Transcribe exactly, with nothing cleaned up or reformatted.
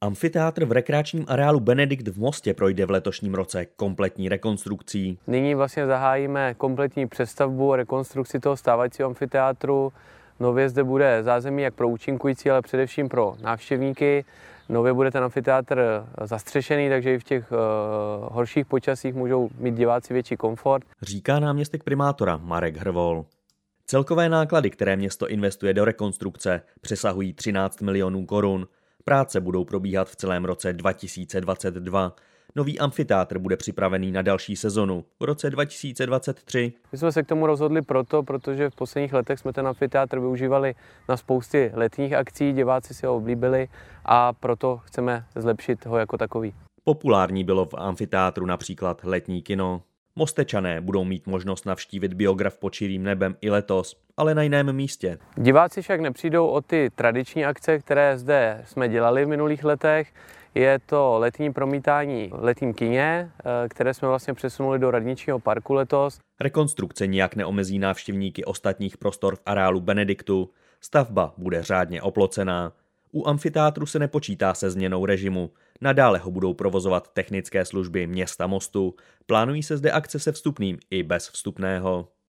Amfiteátr v rekreačním areálu Benedikt v Mostě projde v letošním roce kompletní rekonstrukcí. Nyní vlastně zahájíme kompletní přestavbu a rekonstrukci toho stávajícího amfiteátru. Nově zde bude zázemí jak pro účinkující, ale především pro návštěvníky. Nově bude ten amfiteátr zastřešený, takže i v těch uh, horších počasích můžou mít diváci větší komfort. Říká náměstek primátora Marek Hrvol. Celkové náklady, které město investuje do rekonstrukce, přesahují třináct milionů korun. Práce budou probíhat v celém roce dva tisíce dvacet dva. Nový amfiteátr bude připravený na další sezonu v roce dva tisíce dvacet tři. My jsme se k tomu rozhodli proto, protože v posledních letech jsme ten amfiteátr využívali na spousty letních akcí, diváci si ho oblíbili a proto chceme zlepšit ho jako takový. Populární bylo v amfiteátru například letní kino. Mostečané budou mít možnost navštívit biograf Pod širým nebem i letos, ale na jiném místě. Diváci však nepřijdou o ty tradiční akce, které zde jsme dělali v minulých letech. Je to letní promítání v letním kině, které jsme vlastně přesunuli do radničního parku letos. Rekonstrukce nijak neomezí návštěvníky ostatních prostor v areálu Benediktu. Stavba bude řádně oplocená. U amfiteátru se nepočítá se změnou režimu. Nadále ho budou provozovat technické služby města Mostu. Plánují se zde akce se vstupným i bez vstupného.